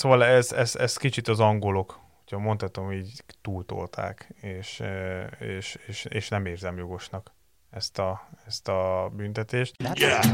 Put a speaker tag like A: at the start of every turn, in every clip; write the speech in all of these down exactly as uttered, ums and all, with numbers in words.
A: szóval ez, ez, ez kicsit az angolok, hogyha mondhatom így, túltolták, és, és, és, és nem érzem jogosnak ezt a, ezt a büntetést. Yeah!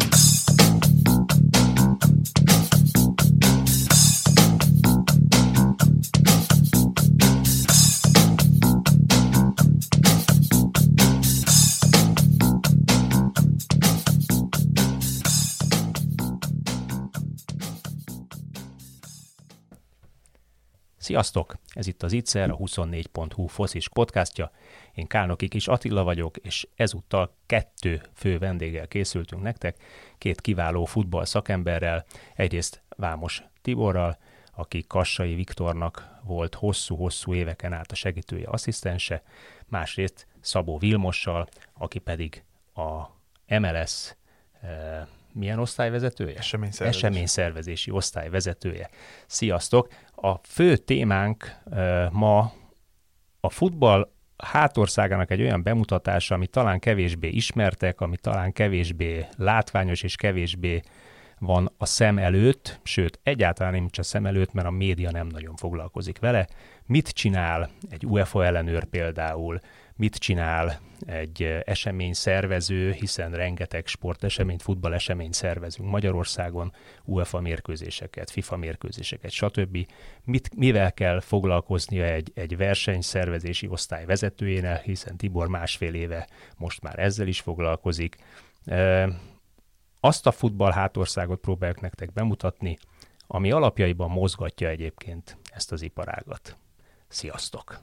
B: Sziasztok! Ez itt az Ittszer, a huszonnégy pont hu focis podcastja. Én Kálnoki Kis Attila vagyok, és ezúttal kettő fő vendéggel készültünk nektek, két kiváló futball szakemberrel, egyrészt Vámos Tiborral, aki Kassai Viktornak volt hosszú-hosszú éveken át a segítője, asszisztense, másrészt Szabó Vilmossal, aki pedig a em el es eh, milyen osztályvezetője?
A: Eseményszervezési.
B: Eseményszervezési osztályvezetője. Sziasztok! A fő témánk uh, ma a futball hátországának egy olyan bemutatása, ami talán kevésbé ismertek, ami talán kevésbé látványos és kevésbé van a szem előtt, sőt, egyáltalán nem csak a szem előtt, mert a média nem nagyon foglalkozik vele. Mit csinál egy UEFA ellenőr például, mit csinál egy eseményszervező, hiszen rengeteg sporteseményt, futballeseményt szervezünk Magyarországon, UEFA mérkőzéseket, FIFA mérkőzéseket, stb. Mit, mivel kell foglalkoznia egy, egy versenyszervezési osztály vezetőjének, hiszen Tibor másfél éve most már ezzel is foglalkozik. E, azt a futball hátországot próbáljuk nektek bemutatni, ami alapjaiban mozgatja egyébként ezt az iparágat. Sziasztok!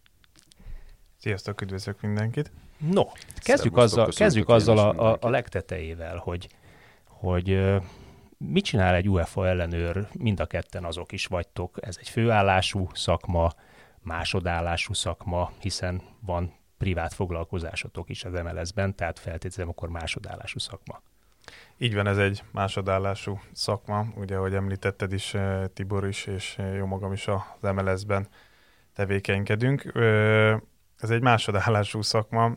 A: Sziasztok, üdvözlök mindenkit!
B: No, kezdjük azzal, kezdjük azzal a, a, a legtetejével, hogy, hogy uh, mit csinál egy UEFA ellenőr, mind a ketten azok is vagytok. Ez egy főállású szakma, másodállású szakma, hiszen van privát foglalkozásotok is az em el es-ben, tehát feltételezem akkor másodállású szakma.
A: Így van, ez egy másodállású szakma, ugye, ahogy említetted is, Tibor is, és jó magam is az em el es-ben tevékenykedünk. Ez egy másodállású szakma,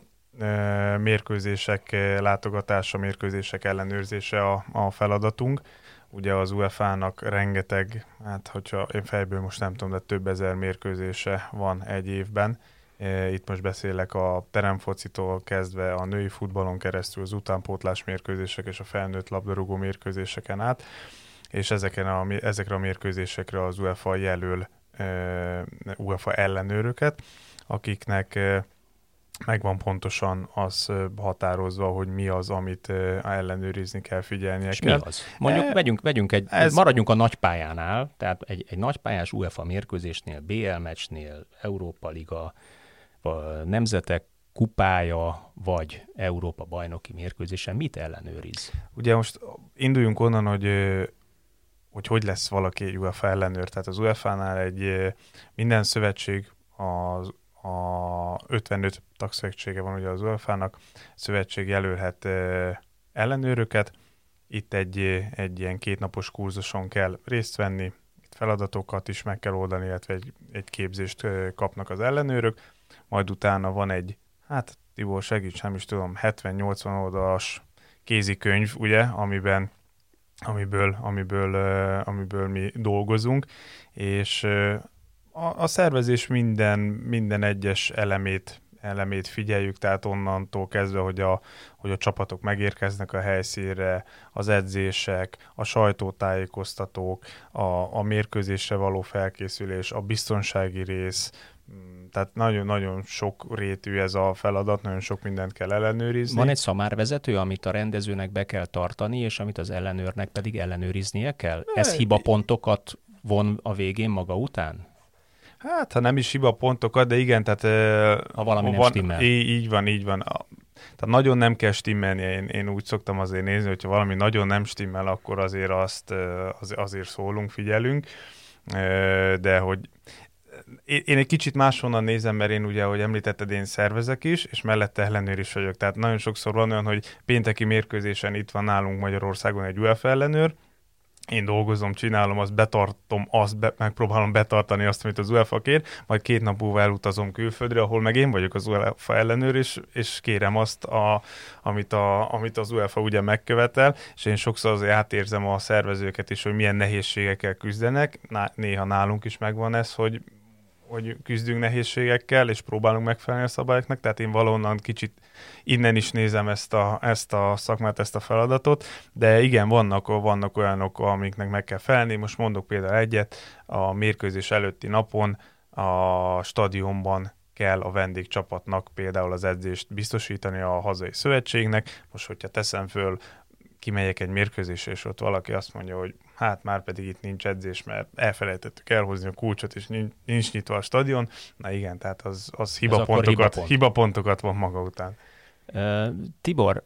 A: mérkőzések látogatása, mérkőzések ellenőrzése a, a feladatunk. Ugye az UEFA-nak rengeteg, hát hogyha én fejből most nem tudom, de több ezer mérkőzése van egy évben. Itt most beszélek a teremfocitól kezdve a női futballon keresztül az utánpótlás mérkőzések és a felnőtt labdarúgó mérkőzéseken át, és ezeken a, ezekre a mérkőzésekre az UEFA jelöl UEFA ellenőröket, akiknek megvan pontosan az határozva, hogy mi az, amit ellenőrizni kell, figyelnie
B: és
A: kell.
B: Mi az? Mondjuk, e, vegyünk, vegyünk egy, ez... maradjunk a nagypályánál, tehát egy, egy nagypályás UEFA mérkőzésnél, bé el meccsnél, Európa Liga, Nemzetek kupája, vagy Európa bajnoki mérkőzésen mit ellenőriz?
A: Ugye most induljunk onnan, hogy hogy, hogy lesz valaki egy UEFA ellenőr. Tehát az UEFA-nál egy minden szövetség, az, a ötvenöt tagszövetsége van ugye az UEFA-nak, szövetség jelölhet ellenőröket. Itt egy, egy ilyen kétnapos kurzuson kell részt venni, itt feladatokat is meg kell oldani, illetve egy, egy képzést kapnak az ellenőrök, majd utána van egy, hát Tibor segíts, nem is tudom, hetven-nyolcvan oldalas kézikönyv, ugye, amiben amiből, amiből, amiből mi dolgozunk, és a, a szervezés minden, minden egyes elemét, elemét figyeljük, tehát onnantól kezdve, hogy a, hogy a csapatok megérkeznek a helyszínre, az edzések, a sajtótájékoztatók, a, a mérkőzésre való felkészülés, a biztonsági rész, tehát nagyon-nagyon sok rétű ez a feladat, nagyon sok mindent kell ellenőrizni.
B: Van egy szamárvezető, amit a rendezőnek be kell tartani, és amit az ellenőrnek pedig ellenőriznie kell? Ez hibapontokat von a végén maga után?
A: Hát, ha nem is hibapontokat, de igen, tehát...
B: Ha valami
A: van,
B: nem stimmel.
A: Így, így van, így van. Tehát nagyon nem kell stimmelni, én, én úgy szoktam azért nézni, hogyha valami nagyon nem stimmel, akkor azért azt az, azért szólunk, figyelünk, de hogy én egy kicsit máshonnan nézem, mert én ugye, ahogy említetted, én szervezek is, és mellette ellenőr is vagyok. Tehát nagyon sokszor van olyan, hogy pénteki mérkőzésen itt van nálunk Magyarországon egy UEFA ellenőr, én dolgozom, csinálom, azt betartom, azt be, megpróbálom betartani azt, amit az UEFA kér, majd két nap múlva elutazom külföldre, ahol meg én vagyok az UEFA ellenőr, és, és kérem azt, a, amit, a, amit az UEFA ugye megkövetel, és én sokszor azért átérzem a szervezőket is, hogy milyen nehézségekkel küzdenek, néha nálunk is megvan ez, hogy hogy küzdünk nehézségekkel, és próbálunk megfelelni a szabályoknak, tehát én valahonnan kicsit innen is nézem ezt a, ezt a szakmát, ezt a feladatot, de igen, vannak, vannak olyanok, amiknek meg kell felelni. Most mondok például egyet, a mérkőzés előtti napon a stadionban kell a vendégcsapatnak például az edzést biztosítani a hazai szövetségnek. Most, hogyha teszem föl, kimegyek egy mérkőzésre, és ott valaki azt mondja, hogy hát már pedig itt nincs edzés, mert elfelejtettük elhozni a kulcsot, és nincs, nincs nyitva a stadion. Na igen, tehát az, az hibapontokat, hibapont. hibapontokat van maga után.
B: Uh, Tibor,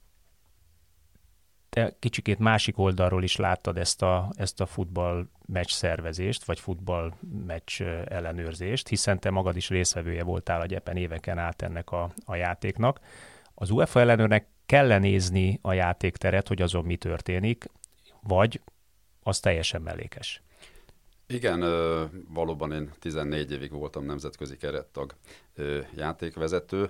B: te kicsikét másik oldalról is láttad ezt a, ezt a futball meccs szervezést, vagy futball meccs ellenőrzést, hiszen te magad is részvevője voltál a gyepen éveken át ennek a, a játéknak. Az UEFA ellenőrnek kell nézni a játékteret, hogy azon mi történik, vagy az teljesen mellékes?
C: Igen, valóban én tizennégy évig voltam nemzetközi kerettag játékvezető.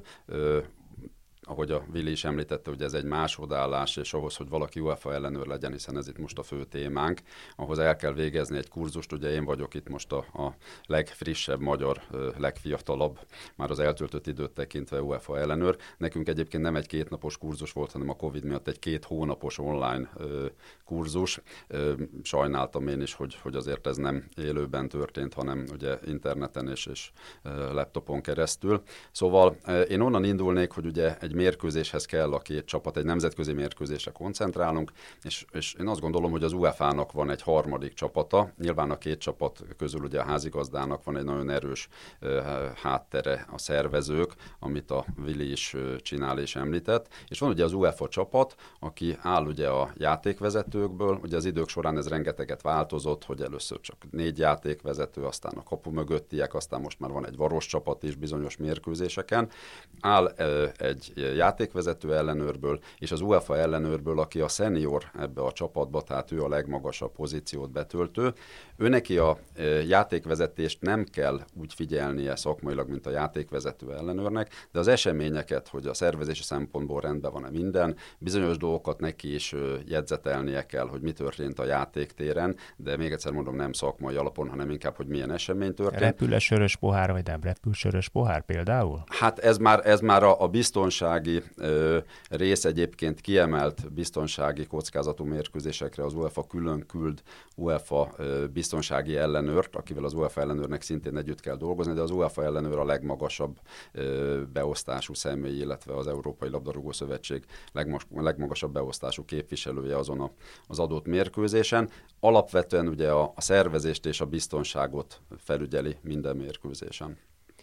C: Ahogy a Vili is említette, hogy ez egy másodállás, és ahhoz, hogy valaki UEFA ellenőr legyen, hiszen ez itt most a fő témánk, ahhoz el kell végezni egy kurzust. Ugye én vagyok itt most a, a legfrissebb magyar, legfiatalabb, már az eltöltött időt tekintve UEFA ellenőr. Nekünk egyébként nem egy kétnapos kurzus volt, hanem a Covid miatt egy két hónapos online kurzus. Sajnáltam én is, hogy, hogy azért ez nem élőben történt, hanem ugye interneten és, és laptopon keresztül. Szóval én onnan indulnék, hogy ugye egy mérkőzéshez kell a két csapat, egy nemzetközi mérkőzésre koncentrálunk, és, és én azt gondolom, hogy az UEFA-nak van egy harmadik csapata. Nyilván a két csapat közül ugye a házigazdának van egy nagyon erős uh, háttere, a szervezők, amit a Vili is uh, csinál és említett, és van ugye az UEFA csapat, aki áll ugye a játékvezetőkből, ugye az idők során ez rengeteget változott, hogy először csak négy játékvezető, aztán a kapu mögöttiek, aztán most már van egy varos csapat is bizonyos mérkőzéseken. Áll uh, egy játékvezető ellenőrből, és az UEFA ellenőrből, aki a senior ebbe a csapatba, tehát ő a legmagasabb pozíciót betöltő. Ő neki a játékvezetést nem kell úgy figyelnie szakmailag, mint a játékvezető ellenőrnek, de az eseményeket, hogy a szervezési szempontból rendben van-e minden, bizonyos dolgokat neki is jegyzetelnie kell, hogy mi történt a játéktéren, de még egyszer mondom, nem szakmai alapon, hanem inkább, hogy milyen esemény történt.
B: Repül-e sörös pohár, vagy nem repül sörös pohár például?
C: Hát ez már, ez már a, a biztonsági ö, rész, egyébként kiemelt biztonsági kockázatú mérkőzésekre az UEFA külön küld UEFA ö, biztonsági ellenőrt, akivel az UEFA ellenőrnek szintén együtt kell dolgozni, de az UEFA ellenőr a legmagasabb ö, beosztású személy, illetve az Európai Labdarúgó Szövetség legmas, legmagasabb beosztású képviselője azon a, az adott mérkőzésen. Alapvetően ugye a, a szervezést és a biztonságot felügyeli minden mérkőzésen.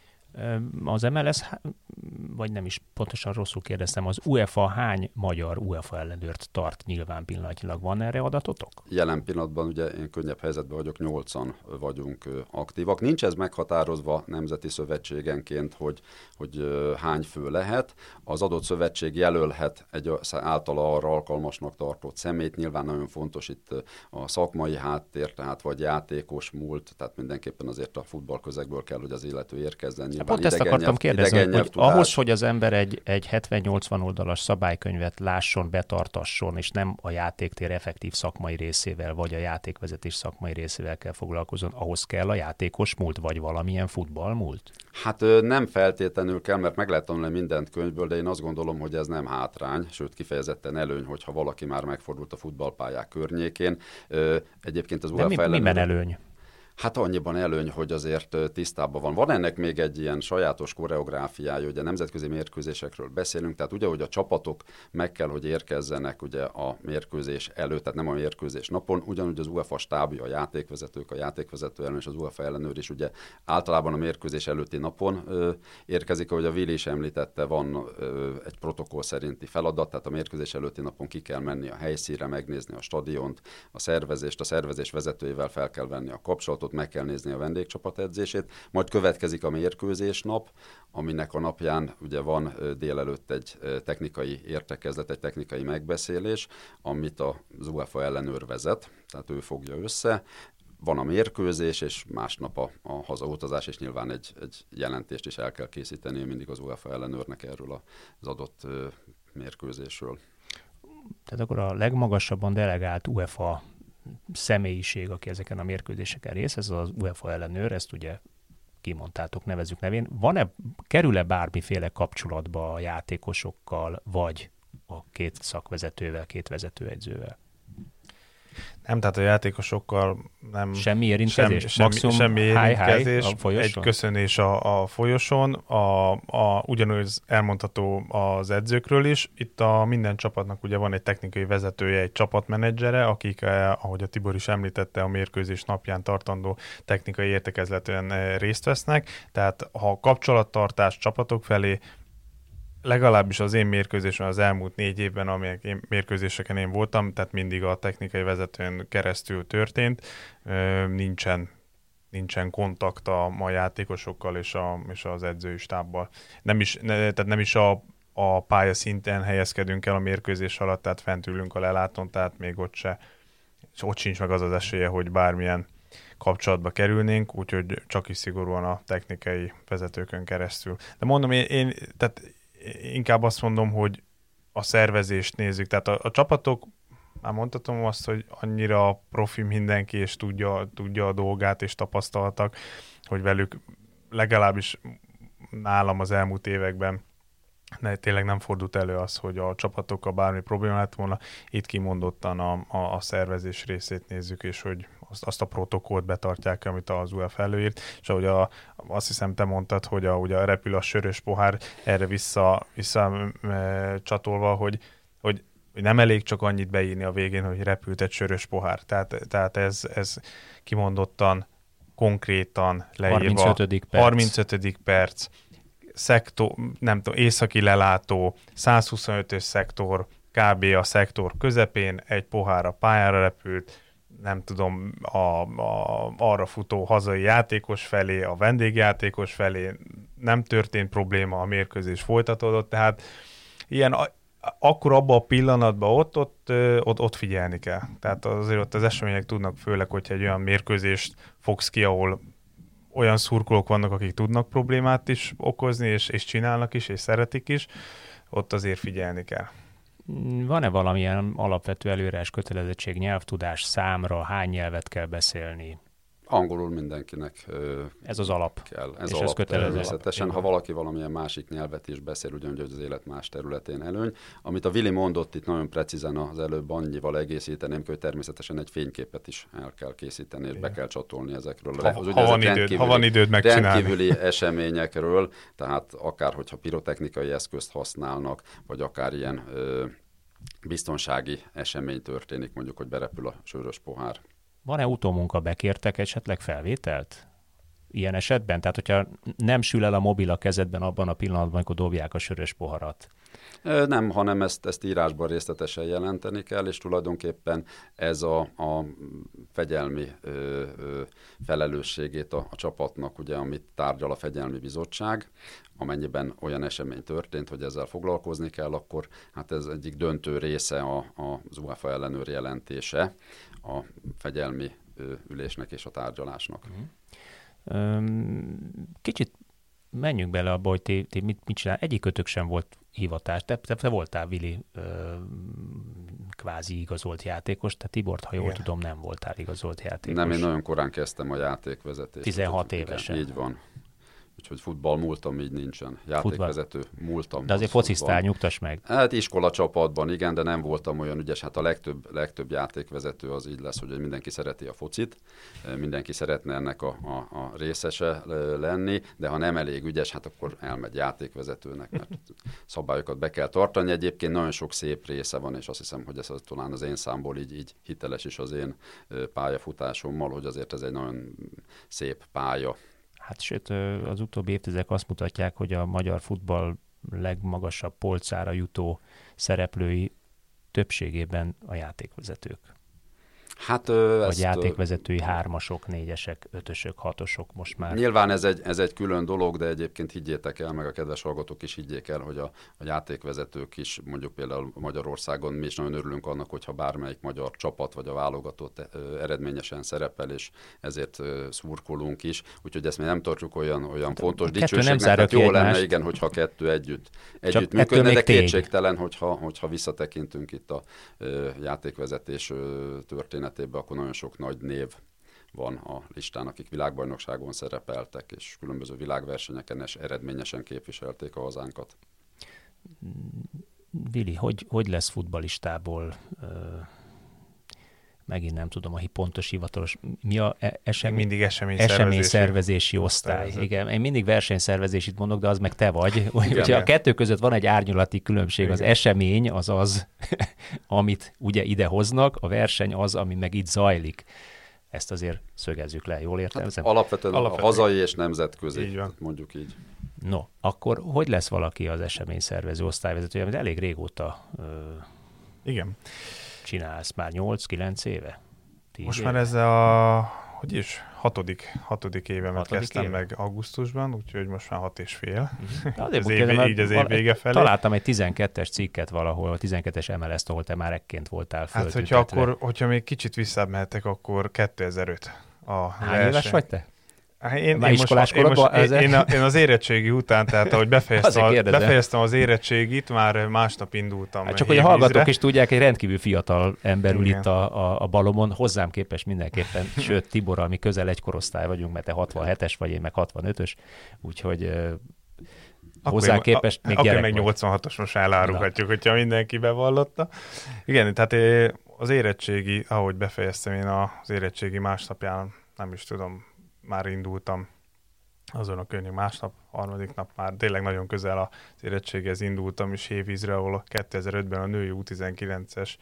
B: Az em el es, vagy nem is pontosan rosszul kérdeztem, az UEFA hány magyar UEFA ellenőrt tart nyilván pillanatnyilag? Van erre adatotok?
C: Jelen pillanatban ugye én könnyebb helyzetben vagyok, nyolcan vagyunk aktívak. Nincs ez meghatározva nemzeti szövetségenként, hogy, hogy hány fő lehet. Az adott szövetség jelölhet egy általa arra alkalmasnak tartott személyt. Nyilván nagyon fontos itt a szakmai háttér, tehát vagy játékos múlt, tehát mindenképpen azért a futballközegből kell, hogy az illető érkezzen.
B: Pont ezt akartam nyelv, kérdezni, hogy, hogy ahhoz, hogy az ember egy, egy hetven-nyolcvan oldalas szabálykönyvet lásson, betartasson, és nem a játéktér effektív szakmai részével, vagy a játékvezetés szakmai részével kell foglalkozzon, ahhoz kell a játékos múlt, vagy valamilyen futballmúlt?
C: Hát nem feltétlenül kell, mert meg lehet tanulni mindent könyvből, de én azt gondolom, hogy ez nem hátrány, sőt kifejezetten előny, hogyha valaki már megfordult a futballpályák környékén. Egyébként az UEFA
B: mi,
C: ellenőr...
B: miben előny?
C: Hát annyiban előny, hogy azért tisztában van. Van ennek még egy ilyen sajátos koreográfiája, ugye nemzetközi mérkőzésekről beszélünk, tehát ugye, hogy a csapatok meg kell, hogy érkezzenek ugye a mérkőzés előtt, tehát nem a mérkőzés napon, ugyanúgy az UEFA stábja, a játékvezetők, a játékvezető ellenőr és az UEFA ellenőr is ugye általában a mérkőzés előtti napon ö, érkezik, ahogy a Vili is említette, van ö, egy protokoll szerinti feladat, tehát a mérkőzés előtti napon ki kell menni a helyszínre, megnézni a stadiont, a szervezést, a szervezés vezetőjével fel kell venni a kapcsolatot, vendégcsapatot, meg kell nézni a vendégcsapat edzését, majd következik a mérkőzés nap, aminek a napján ugye van délelőtt egy technikai értekezlet, egy technikai megbeszélés, amit az UEFA ellenőr vezet, tehát ő fogja össze. Van a mérkőzés, és másnap a, a hazautazás, és nyilván egy, egy jelentést is el kell készíteni mindig az UEFA ellenőrnek erről az adott mérkőzésről.
B: Tehát akkor a legmagasabban delegált UEFA személyiség, aki ezeken a mérkőzéseken rész, ez az UEFA ellenőr, ezt ugye kimondtátok, nevezzük nevén. Van-e, kerül-e bármiféle kapcsolatba a játékosokkal, vagy a két szakvezetővel, két vezetőedzővel?
A: Nem, tehát a játékosokkal nem...
B: Semmi érintkezés?
A: Semmi,
B: Maximum
A: semmi érintkezés,
B: hi, hi
A: egy köszönés a, a folyosón, a, a, ugyanúgy elmondható az edzőkről is. Itt a minden csapatnak ugye van egy technikai vezetője, egy csapatmenedzsere, akik, eh, ahogy a Tibor is említette, a mérkőzés napján tartandó technikai értekezleten eh, részt vesznek. Tehát ha kapcsolattartás csapatok felé, legalábbis az én mérkőzésen az elmúlt négy évben, amelyek én, mérkőzéseken én voltam, tehát mindig a technikai vezetőn keresztül történt, nincsen, nincsen kontakt a, a játékosokkal és, a, és az edzői stábbal. Nem is, ne, tehát nem is a, a pálya szinten helyezkedünk el a mérkőzés alatt, tehát fent ülünk a lelátón, tehát még ott se, és ott sincs meg az az esélye, hogy bármilyen kapcsolatba kerülnénk, úgyhogy csak is szigorúan a technikai vezetőkön keresztül. De mondom, én, én tehát inkább azt mondom, hogy a szervezést nézzük. Tehát a, a csapatok, már mondhatom azt, hogy annyira profi mindenki, és tudja, tudja a dolgát, és tapasztaltak, hogy velük legalábbis nálam az elmúlt években ne, tényleg nem fordult elő az, hogy a csapatokkal bármi probléma lett volna. Itt kimondottan a, a, a szervezés részét nézzük, és hogy azt, azt a protokollt betartják, amit az UEFA előírt, és ahogy a, azt hiszem te mondtad, hogy a, ugye repül a sörös pohár, erre vissza, vissza e, csatolva, hogy, hogy nem elég csak annyit beírni a végén, hogy repült egy sörös pohár. Tehát, tehát ez, ez kimondottan, konkrétan leírva.
B: harmincötödik perc.
A: harmincötödik perc. Szektor, nem tudom, északi lelátó, százhuszonötös szektor, kb. A szektor közepén, egy pohár a pályára repült, nem tudom, a, a, arra futó hazai játékos felé, a vendégjátékos felé nem történt probléma, a mérkőzés folytatódott, tehát ilyen, akkor abban a pillanatban ott, ott, ott, ott figyelni kell. Tehát azért ott az események tudnak, főleg, hogyha egy olyan mérkőzést fogsz ki, ahol olyan szurkolók vannak, akik tudnak problémát is okozni, és, és csinálnak is, és szeretik is, ott azért figyelni kell.
B: Van-e valamilyen alapvető előírás, kötelezettség, nyelvtudás számra, hány nyelvet kell beszélni?
C: Angolul mindenkinek
B: ez az alap.
C: Kell. Ez
B: és
C: alap
B: ez kötelező.
C: Természetesen, ha valaki valamilyen másik nyelvet is beszél, ugyanúgy az élet más területén előny. Amit a Vili mondott itt nagyon precízen az előbb, annyival egészíteném, hogy természetesen egy fényképet is el kell készíteni, és be kell csatolni ezekről.
A: Ha, ha, van, időd, ha van időd megcsinálni.
C: Rendkívüli eseményekről, tehát akár, hogyha pirotechnikai eszközt használnak, vagy akár ilyen ö, biztonsági esemény történik, mondjuk, hogy berepül a sörös pohár.
B: Van-e utómunka, bekértek esetleg felvételt? Ilyen esetben? Tehát, hogyha nem sül el a mobil a kezedben abban a pillanatban, amikor dobják a sörös poharat.
C: Nem, hanem ezt, ezt írásban részletesen jelenteni kell, és tulajdonképpen ez a, a fegyelmi ö, ö, felelősségét a, a csapatnak, ugye, amit tárgyal a fegyelmi bizottság, amennyiben olyan esemény történt, hogy ezzel foglalkozni kell, akkor hát ez egyik döntő része a, a, az UEFA ellenőr jelentése a fegyelmi ö, ülésnek és a tárgyalásnak.
B: Kicsit menjünk bele abba, hogy ti, ti mit, mit csinál. Egyikőtök sem volt hivatás. Te, te, te voltál, Vili, ö, kvázi igazolt játékos, te Tibort, ha jól Igen. tudom, nem voltál igazolt játékos.
C: Nem, én nagyon korán kezdtem a játékvezetést.
B: tizenhat évesen.
C: Így van. Úgyhogy futball múltam így nincsen. Játékvezető múltam.
B: De azért focisztál, nyugtass meg.
C: Hát iskola csapatban, igen, de nem voltam olyan ügyes. Hát a legtöbb, legtöbb játékvezető az így lesz, hogy mindenki szereti a focit, mindenki szeretne ennek a, a, a részese lenni, de ha nem elég ügyes, hát akkor elmegy játékvezetőnek, mert szabályokat be kell tartani. Egyébként nagyon sok szép része van, és azt hiszem, hogy ez az, talán az én számból így, így hiteles is az én pályafutásommal, hogy azért ez egy nagyon szép pálya.
B: Hát sőt, az utóbbi évtizedek azt mutatják, hogy a magyar futball legmagasabb polcára jutó szereplői többségében a játékvezetők.
C: Hát, ö,
B: vagy
C: ezt,
B: játékvezetői hármasok, négyesek, ötösök, hatosok most már.
C: Nyilván ez egy, ez egy külön dolog, de egyébként higgyétek el, meg a kedves hallgatók is higgyék el, hogy a, a játékvezetők is, mondjuk például Magyarországon, mi is nagyon örülünk annak, hogyha bármelyik magyar csapat vagy a válogatott ö, eredményesen szerepel, és ezért ö, szurkolunk is. Úgyhogy ezt mi nem tartjuk olyan, olyan fontos dicsőségnek. Tehát jó lenne, igen, hogyha kettő együtt, együtt működne, de kétségtelen, hogyha, hogyha visszatekintünk itt a ö, játékvezetés ö, történetébe, akkor nagyon sok nagy név van a listán, akik világbajnokságon szerepeltek, és különböző világversenyeken is eredményesen képviselték a hazánkat.
B: Vili, hogy, hogy lesz futballistából, ö, megint nem tudom a pontos hivatalos, mi a esemény,
A: mindig esemény,
B: esemény szervezési osztály. osztály. Igen, én mindig versenyszervezésit mondok, de az meg te vagy. Úgyhogy a kettő között van egy árnyalati különbség. Igen. Az esemény az az, amit ugye ide hoznak, a verseny az, ami meg itt zajlik. Ezt azért szögezzük le, jól értelmezem?
C: Hát alapvetően, alapvetően a hazai és nemzetközi, így mondjuk így.
B: No, akkor hogy lesz valaki az eseményszervező osztályvezetője, amit elég régóta ö,
A: igen.
B: csinálsz, már nyolc-kilenc éve?
A: Most
B: éve?
A: már ez a, hogy is, hatodik, hatodik évemet
B: hatodik
A: kezdtem
B: éve?
A: meg augusztusban, úgyhogy most már hat és fél.
B: Uh-huh.
A: Az év, így az év vége felé.
B: Találtam egy tizenkettes cikket valahol, a tizenkettes em el es-t, ahol te már ekként voltál
A: föltüntetve. Hát, hogyha, akkor, hogyha még kicsit visszább mehetek, akkor kétezer-öt a
B: Hány verseny. Éves vagy te?
A: Én, én, most, én, most, én, én, a, én az érettségi után, tehát ahogy befejeztem, a, befejeztem az érettségit, már másnap indultam.
B: Hát csak hogy a hallgatók is tudják, egy rendkívül fiatal ember ül itt a, a, a balomon, hozzám képest mindenképpen, sőt Tiborral mi közel egy korosztály vagyunk, mert te hatvanhetes vagy, én meg hatvanötös, úgyhogy uh, hozzá képest még
A: akkor
B: gyerek
A: meg
B: vagy.
A: nyolcvanhatos most elárulhatjuk, hogyha mindenki bevallotta. Igen, tehát az érettségi, ahogy befejeztem én az érettségi másnapján, nem is tudom, már indultam azon a környék másnap, harmadik nap már tényleg nagyon közel az érettséghez indultam, és Hévízre, ahol kétezer-ötben a női U tizenkilences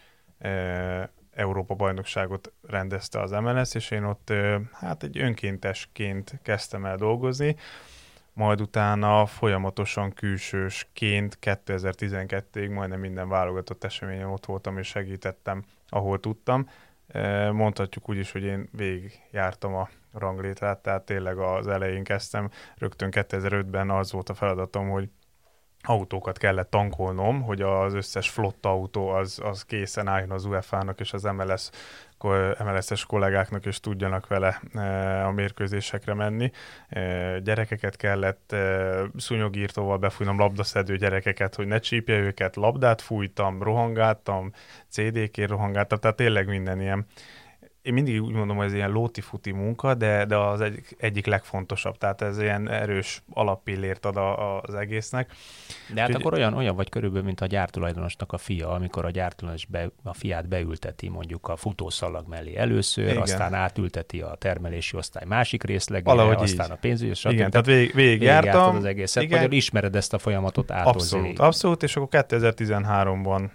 A: e, Európa bajnokságot rendezte az em el es, és én ott e, hát egy önkéntesként kezdtem el dolgozni, majd utána folyamatosan külsősként kétezer-tizenkettőig majdnem minden válogatott eseményen ott voltam, és segítettem, ahol tudtam. Mondhatjuk úgy is, hogy én végigjártam a ranglétrát, tehát tényleg az elején kezdtem. Rögtön kétezer-ötben az volt a feladatom, hogy autókat kellett tankolnom, hogy az összes flotta autó az, az készen álljon az u ef á-nak és az em el es, em el es-es kollégáknak, és tudjanak vele a mérkőzésekre menni. Gyerekeket kellett szúnyogírtóval befújnom, labdaszedő gyerekeket, hogy ne csípje őket, labdát fújtam, rohangáltam, cé dé-kért rohangáltam, tehát tényleg minden ilyen. Én mindig úgy mondom, hogy ez ilyen lóti-futi munka, de, de az egyik, egyik legfontosabb, tehát ez ilyen erős alappillért ad a, az egésznek.
B: De hát Úgy, akkor olyan, olyan vagy körülbelül, mint a gyártulajdonosnak a fia, amikor a gyártulajdonos be, a fiát beülteti mondjuk a futószalag mellé először, igen. Aztán átülteti a termelési osztály másik részlegére,
A: valahogy
B: aztán
A: így.
B: a pénzügyi,
A: stb. Igen, tehát végig, végig jártam.
B: Az egészet, igen. Vagy ismered ezt a folyamatot ától
A: Abszolút,
B: zéig.
A: abszolút, és akkor kétezer-tizenháromban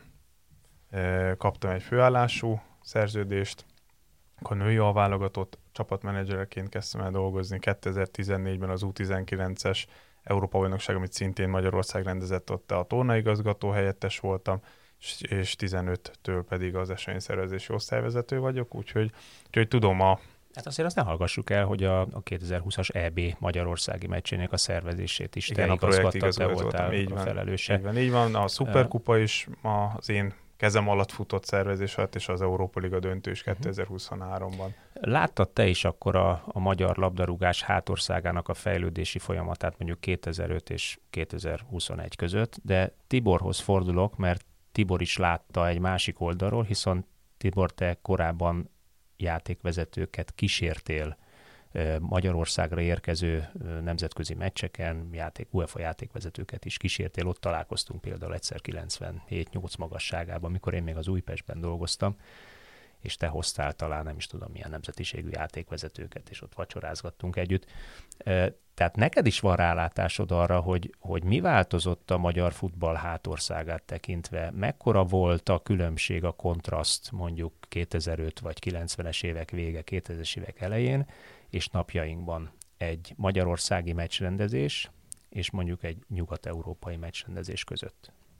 A: e, kaptam egy főállású szerződést, akkor női alválogatott csapatmenedzsereként kezdtem el dolgozni. kétezer-tizennégyben az U tizenkilences Európa-bajnokság, amit szintén Magyarország rendezett, ott a tornaigazgató helyettes voltam, és, és tizenöttől pedig az eseményszervezési osztályvezető vagyok, úgyhogy, úgyhogy tudom a...
B: Hát azért azt ne hallgassuk el, hogy a, a kétezer-húszas é bé magyarországi meccsének a szervezését is
A: igen,
B: te igazgattad, te
A: voltál
B: így
A: a
B: van, felelőse.
A: Így van, így van, a Szuperkupa is az én kezem alatt futott szervezés alatt, és az Európa Liga döntő is kétezer-huszonháromban.
B: Láttad te is akkor a, a magyar labdarúgás hátországának a fejlődési folyamatát mondjuk kétezer-öt és kétezer-huszonegy között, de Tiborhoz fordulok, mert Tibor is látta egy másik oldalról, hiszen Tibor, te korábban játékvezetőket kísértél Magyarországra érkező nemzetközi meccseken, játék, u ef á játékvezetőket is kísértél, ott találkoztunk például egyszer kilencvenhét nyolc magasságában, amikor én még az Újpestben dolgoztam, és te hoztál talán nem is tudom milyen nemzetiségű játékvezetőket, és ott vacsorázgattunk együtt. Tehát neked is van rálátásod arra, hogy, hogy mi változott a magyar futball hátországát tekintve, mekkora volt a különbség, a kontraszt mondjuk kétezer-öt vagy kilencvenes évek vége, kétezres évek elején, és napjainkban egy magyarországi meccsrendezés, és mondjuk egy nyugat-európai meccsrendezés között.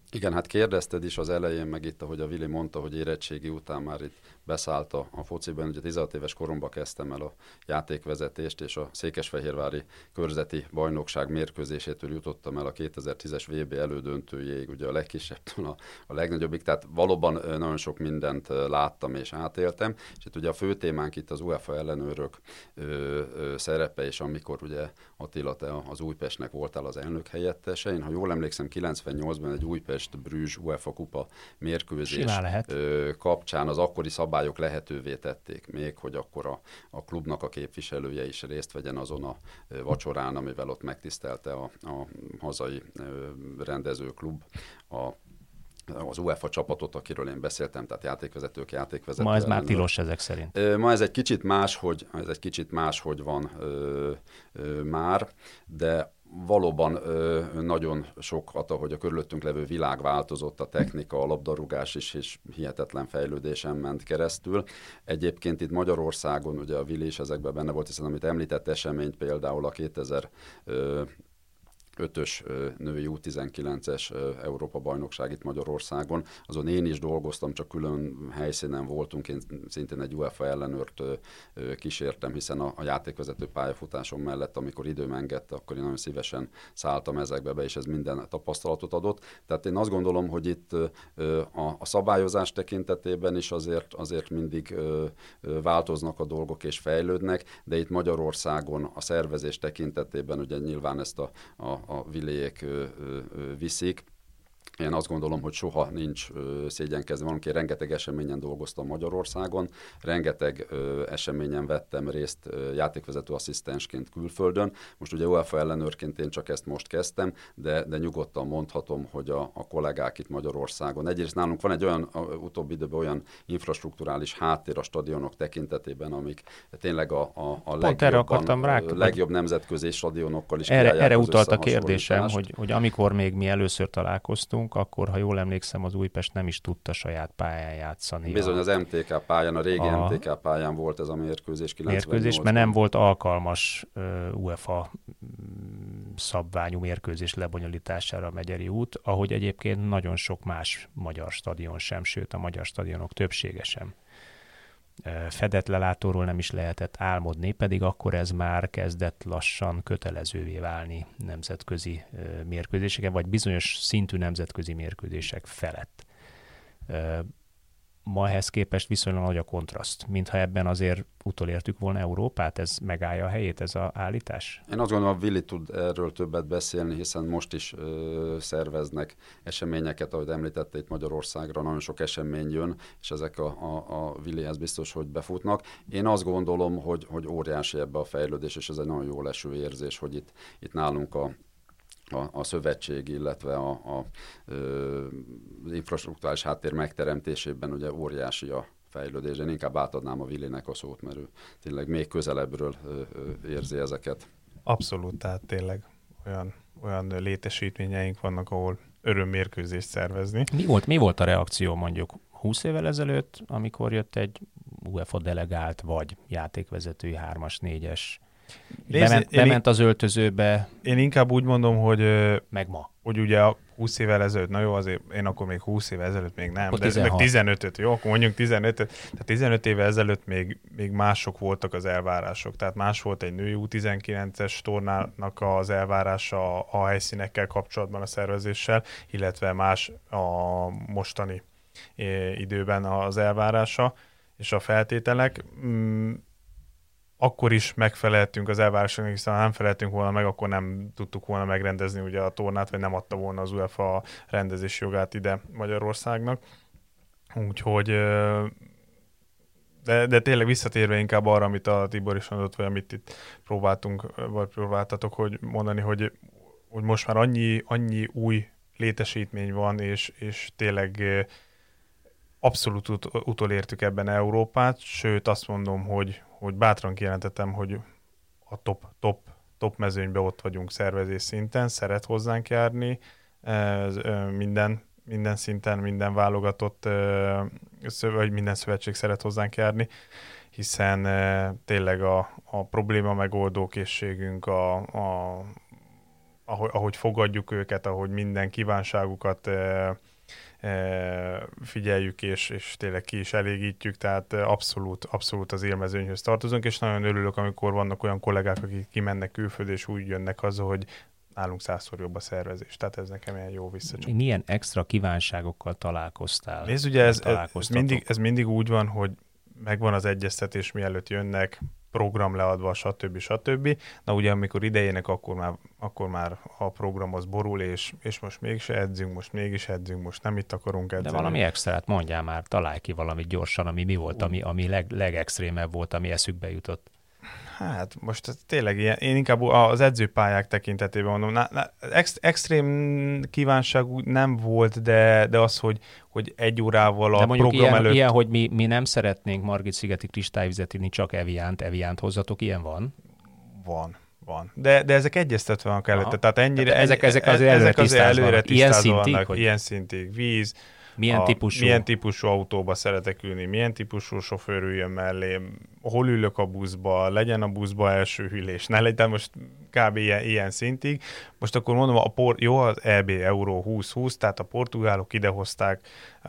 C: Igen, hát kérdezted is az elején, meg itt, ahogy a Vili mondta, hogy érettségi után már itt beszállt a, a fociban. Ugye tizenhat éves koromban kezdtem el a játékvezetést, és a székesfehérvári körzeti bajnokság mérkőzésétől jutottam el a kétezer-tízes vé bé elődöntőjéig, ugye a legkisebbtől a, a legnagyobbik, tehát valóban nagyon sok mindent láttam és átéltem, és itt ugye a fő témánk itt az UEFA ellenőrök ö, ö, szerepe, és amikor ugye Attila, te az Újpestnek voltál az elnök helyettese, én ha jól emlékszem, kilencvennyolcban egy Újpest-Brüzs UEFA kupa mérkőzés ö, kapcsán az akkori szabályok lehetővé tették még, hogy akkor a, a klubnak a képviselője is részt vegyen azon a ö, vacsorán, amivel ott megtisztelte a, a hazai ö, rendezőklub a az UEFA csapatot, akiről én beszéltem, tehát játékvezetők, játékvezetők.
B: Ma ez már tilos ezek szerint.
C: Ma ez egy kicsit más, hogy, ez egy kicsit más, hogy van ö, ö, már, de valóban ö, nagyon sokat, ahogy a körülöttünk levő világ változott, a technika, a labdarúgás is, és hihetetlen fejlődésen ment keresztül. Egyébként itt Magyarországon, ugye a Vili is ezekben benne volt, hiszen amit említett eseményt, például a kétezer-ötös női U tizenkilences Európa-bajnokság itt Magyarországon. Azon én is dolgoztam, csak külön helyszínen voltunk, én szintén egy UEFA ellenőrt kísértem, hiszen a, a játékvezető pályafutásom mellett, amikor időm engedte, akkor én nagyon szívesen szálltam ezekbe be, és ez minden tapasztalatot adott. Tehát én azt gondolom, hogy itt a, a szabályozás tekintetében is azért, azért mindig változnak a dolgok és fejlődnek, de itt Magyarországon a szervezés tekintetében ugye nyilván ezt a, a a Viléjék viszik. Én azt gondolom, hogy soha nincs ö, szégyenkezve. Van, rengeteg eseményen dolgoztam Magyarországon, rengeteg ö, eseményen vettem részt ö, játékvezető asszisztensként külföldön. Most ugye UEFA ellenőrként én csak ezt most kezdtem, de, de nyugodtan mondhatom, hogy a, a kollégák itt Magyarországon. Egyrészt nálunk van egy olyan, a, utóbbi időben olyan infrastrukturális háttér a stadionok tekintetében, amik tényleg a, a, a legjobban, rá, legjobb nemzetközi stadionokkal is
B: erre, erre utalt a kérdésem, hogy, hogy amikor még mi először találkoztunk, akkor, ha jól emlékszem, az Újpest nem is tudta saját pályán játszani.
C: Bizony, a, az em té ká pályán, a régi a, em té ká pályán volt ez a mérkőzés kilencvennyolcban.
B: Mérkőzés, mert nem volt alkalmas uh, UEFA szabványú mérkőzés lebonyolítására a Megyeri út, ahogy egyébként nagyon sok más magyar stadion sem, sőt a magyar stadionok többsége sem. Fedett lelátóról nem is lehetett álmodni, pedig akkor ez már kezdett lassan kötelezővé válni nemzetközi mérkőzéseken, vagy bizonyos szintű nemzetközi mérkőzések felett. Ma ehhez képest viszonylag nagy a kontraszt, mintha ebben azért utolértük volna Európát, ez megállja a helyét, ez az állítás?
C: Én azt gondolom, a Vili tud erről többet beszélni, hiszen most is ö, szerveznek eseményeket, ahogy említette, itt Magyarországra nagyon sok esemény jön, és ezek a, a, a Vilihez biztos, hogy befutnak. Én azt gondolom, hogy, hogy óriási ebbe a fejlődés, és ez egy nagyon jól eső érzés, hogy itt, itt nálunk a A, a szövetség, illetve a, a, ö, az infrastruktúrális háttér megteremtésében ugye óriási a fejlődés. Én inkább átadnám a Vilinek a szót, mert ő tényleg még közelebbről ö, ö, érzi ezeket.
A: Abszolút, tehát tényleg olyan, olyan létesítményeink vannak, ahol örömmérkőzést szervezni.
B: Mi volt, mi volt a reakció mondjuk húsz évvel ezelőtt, amikor jött egy UEFA delegált, vagy játékvezetői hármas, négyes, Bement, én, bement az öltözőbe.
A: Én inkább úgy mondom, hogy
B: meg ma.
A: Hogy ugye húsz évvel ezelőtt, na jó, azért én akkor még húsz évvel ezelőtt még nem, de meg tizenötöt, jó, akkor mondjuk tizenötöt, tehát tizenöt évvel ezelőtt még, még mások voltak az elvárások, tehát más volt egy női U tizenkilences tornának az elvárása a helyszínekkel kapcsolatban a szervezéssel, illetve más a mostani időben az elvárása és a feltételek. Akkor is megfeleltünk az elvárásoknak, hiszen ha nem feleltünk volna meg, akkor nem tudtuk volna megrendezni ugye a tornát, vagy nem adta volna az UEFA rendezési jogát ide Magyarországnak. Úgyhogy, de, de tényleg visszatérve inkább arra, amit a Tibor is mondott, vagy amit itt próbáltunk, vagy próbáltatok hogy mondani, hogy, hogy most már annyi, annyi új létesítmény van, és, és tényleg abszolút ut- utolértük ebben Európát, sőt azt mondom, hogy hogy bátran kijelentettem, hogy a top, top, top mezőnyben ott vagyunk szervezés szinten, szeret hozzánk járni, minden, minden szinten, minden válogatott, vagy minden szövetség szeret hozzánk járni, hiszen tényleg a, a probléma megoldó készségünk, a, a ahogy, ahogy fogadjuk őket, ahogy minden kívánságukat e, e, figyeljük, és, és tényleg ki is elégítjük, tehát abszolút, abszolút az élmezőnyhöz tartozunk, és nagyon örülök, amikor vannak olyan kollégák, akik kimennek külföldre, és úgy jönnek haza, hogy nálunk százszor jobb a szervezés. Tehát ez nekem ilyen jó visszacsap.
B: Milyen extra kívánságokkal találkoztál?
A: Nézd, ugye ez, ez, mindig, ez mindig úgy van, hogy megvan az egyeztetés, mielőtt jönnek, program leadva, stb. stb. Na ugye, amikor idejének, akkor már, akkor már a program az borul, és, és most mégse edzünk, most mégis edzünk, most nem itt akarunk edzeni.
B: De valami extrát mondjál már, találj ki valamit gyorsan, ami mi volt, ami, ami leg, legextrémebb volt, ami eszükbe jutott.
A: Hát most tényleg ilyen, én inkább az edzőpályák tekintetében mondom, na, na, ex, extrém kívánság nem volt, de, de az, hogy, hogy egy órával a
B: de mondjuk
A: program
B: ilyen,
A: előtt... ilyen,
B: hogy mi, mi nem szeretnénk Margit-szigeti kristályvizet inni, csak Eviánt, Eviánt hozzatok, ilyen van?
A: Van. Van. De, de ezek egyeztetve vannak előtte. Tehát ennyire,
B: de ezek, ezek azért előre tisztázva
A: ilyen szintig, hogy... Ilyen szintig víz,
B: milyen,
A: a,
B: típusú?
A: milyen típusú autóba szeretek ülni, milyen típusú sofőr üljön mellé, hol ülök a buszba, legyen a buszba első ülés, ne legyen most kb. Ilyen, ilyen szintig. Most akkor mondom, a port, jó az é bé Euró húsz húsz, tehát a portugálok idehozták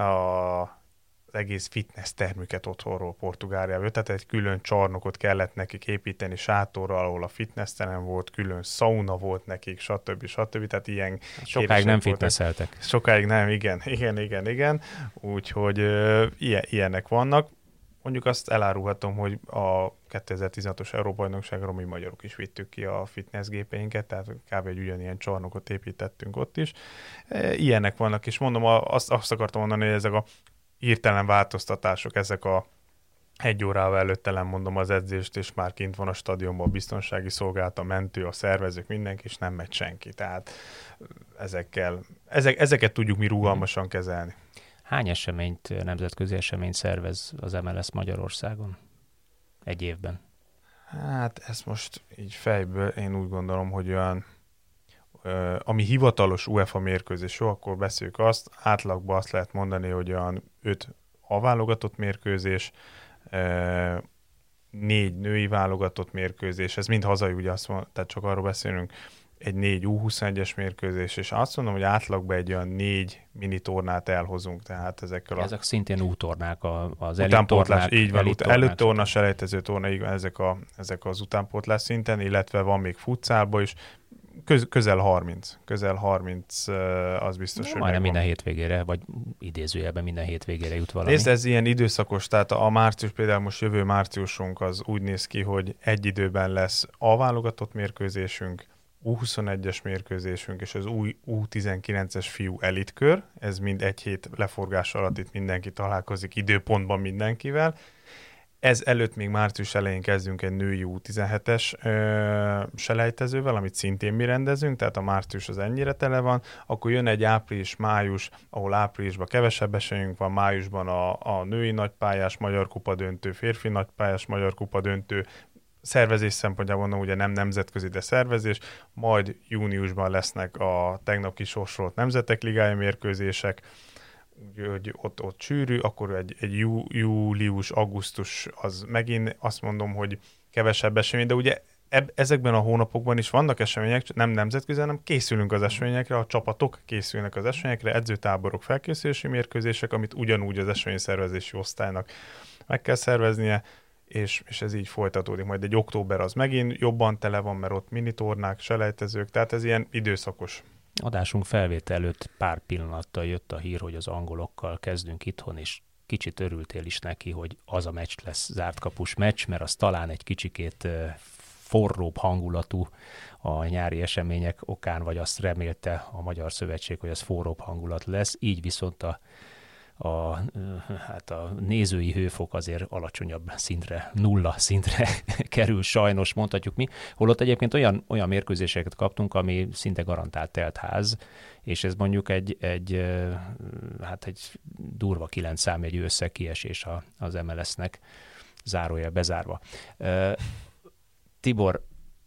A: a az egész fitness termüket otthonról Portugáliából, tehát egy külön csarnokot kellett nekik építeni sátorral, ahol a fitness terem volt, külön sauna volt nekik, stb. stb. Tehát ilyen
B: sokáig nem fitnesszeltek.
A: Sokáig nem, igen, igen, igen, igen. Úgyhogy uh, ilyen, ilyenek vannak. Mondjuk azt elárulhatom, hogy a kétezer-tizenhatos Európa-bajnokságra mi magyarok is vittük ki a fitnessgépeinket, tehát kb. Egy ugyanilyen csarnokot építettünk ott is. Ilyenek vannak, és mondom, azt, azt akartam mondani, hogy ezek a hirtelen változtatások, ezek a egy órával előtte nem mondom az edzést, és már kint van a stadionban a biztonsági szolgálat, a mentő, a szervezők, mindenki, és nem megy senki. Tehát ezekkel, ezek, ezeket tudjuk mi rugalmasan kezelni.
B: Hány eseményt, nemzetközi eseményt szervez az em el es Magyarországon egy évben?
A: Hát ezt most így fejből én úgy gondolom, hogy olyan ami hivatalos UEFA mérkőzés, jó, akkor beszéljük azt, átlagban azt lehet mondani, hogy olyan öt A-válogatott mérkőzés, négy női válogatott mérkőzés, ez mind hazai, ugye azt mondom, tehát csak arról beszélünk, egy négy U huszonegyes mérkőzés, és azt mondom, hogy átlagban egy olyan négy mini tornát elhozunk, tehát ezekkel
B: ezek a... szintén U-tornák, az
A: utánpótlás, így van, ut- előtt torna, selejtező torna, így van, ezek, a, ezek az utánpótlás szinten, illetve van még futszálba is, Köz, közel harminc. Közel harminc az biztos, hogy
B: majdnem minden hétvégére, vagy idézőjelben minden hétvégére jut valami.
A: Nézd, ez ilyen időszakos, tehát a március, például most jövő márciusunk az úgy néz ki, hogy egy időben lesz A válogatott mérkőzésünk, U huszonegyes mérkőzésünk, és az új U tizenkilences fiú elitkör, ez mind egy hét leforgás alatt itt mindenki találkozik időpontban mindenkivel. Ez előtt még március elején kezdünk egy női U tizenhetes ö, selejtezővel, amit szintén mi rendezünk, tehát a március az ennyire tele van, akkor jön egy április-május, ahol áprilisban kevesebb esélyünk van, májusban a, a női nagypályás magyar kupa döntő, férfi nagypályás magyar kupa döntő, szervezés szempontjából mondom, ugye nem nemzetközi, de szervezés, majd júniusban lesznek a tegnap kisorsolt nemzetek ligája mérkőzések, hogy ott, ott sűrű, akkor egy, egy jú, július, augusztus az megint azt mondom, hogy kevesebb esemény, de ugye eb, ezekben a hónapokban is vannak események, nem nemzetközi, hanem készülünk az eseményekre, a csapatok készülnek az eseményekre, edzőtáborok, felkészülési mérkőzések, amit ugyanúgy az eseményszervezési osztálynak meg kell szerveznie, és, és ez így folytatódik. Majd egy október az megint jobban tele van, mert ott minitornák, selejtezők, tehát ez ilyen időszakos.
B: Adásunk felvétel előtt pár pillanattal jött a hír, hogy az angolokkal kezdünk itthon, és kicsit örültél is neki, hogy az a meccs lesz zártkapus meccs, mert az talán egy kicsikét forróbb hangulatú a nyári események okán, vagy azt remélte a Magyar Szövetség, hogy ez forróbb hangulat lesz, így viszont a A, hát a nézői hőfok azért alacsonyabb szintre, nulla szintre kerül, sajnos mondhatjuk mi. Holott egyébként olyan, olyan mérkőzéseket kaptunk, ami szinte garantált telt ház, és ez mondjuk egy, egy, hát egy durva kilenc számjegyű összegkiesés az em el es-nek, zárójel bezárva. Tibor,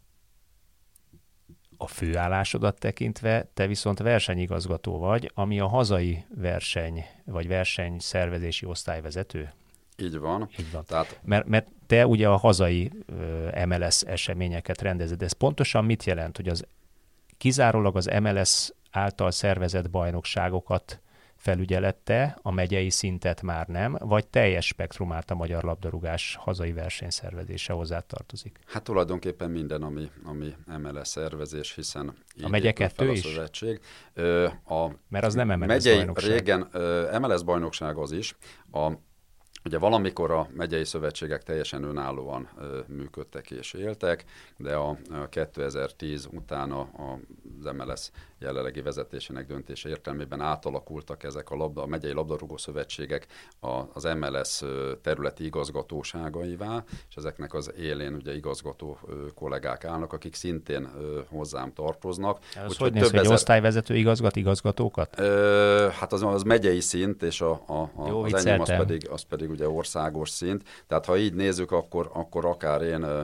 B: a főállásodat tekintve, te viszont versenyigazgató vagy, ami a hazai verseny, vagy versenyszervezési osztályvezető?
C: Így van.
B: Így van.
C: Tehát...
B: Mert, mert te ugye a hazai ö, em el es eseményeket rendezed. Ez pontosan mit jelent, hogy az kizárólag az em el es által szervezett bajnokságokat felügyelette, a megyei szintet már nem, vagy teljes spektrumát a magyar labdarúgás hazai versenyszervezése hozzátartozik?
C: Hát tulajdonképpen minden, ami, ami em el es szervezés, hiszen
B: a megye kettő is?
C: Szövetség. A
B: Mert az nem em el es
C: megyei,
B: bajnokság.
C: Régen em el es bajnokság az is. A Ugye valamikor a megyei szövetségek teljesen önállóan ö, működtek és éltek, de a, a kétezer-tíz után a, a, az em el es jelenlegi vezetésének döntése értelmében átalakultak ezek a, labda, a megyei labdarúgó szövetségek a, az em el es területi igazgatóságaivá, és ezeknek az élén ugye igazgató ö, kollégák állnak, akik szintén ö, hozzám tartoznak.
B: Ez hogy néz, hogy ezer... osztályvezető igazgat igazgatókat?
C: Ö, hát az, az megyei szint, és a, a, a,
B: Jó,
C: az enyém az pedig, az pedig ugye országos szint. Tehát ha így nézzük, akkor, akkor akár én ö,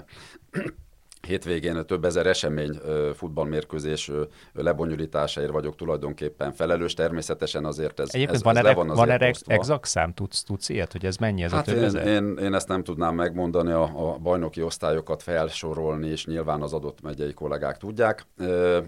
C: hétvégén több ezer esemény ö, futballmérkőzés ö, lebonyolításáért vagyok tulajdonképpen felelős. Természetesen azért ez,
B: Egyébként
C: ez,
B: van
C: ez
B: erre,
C: le van azért
B: van erre
C: osztva.
B: exakt szám? Tudsz, tudsz ilyet, hogy ez mennyi ez
C: hát
B: a több
C: én,
B: ezer?
C: Én, én ezt nem tudnám megmondani, a, a bajnoki osztályokat felsorolni, és nyilván az adott megyei kollégák tudják. Ö,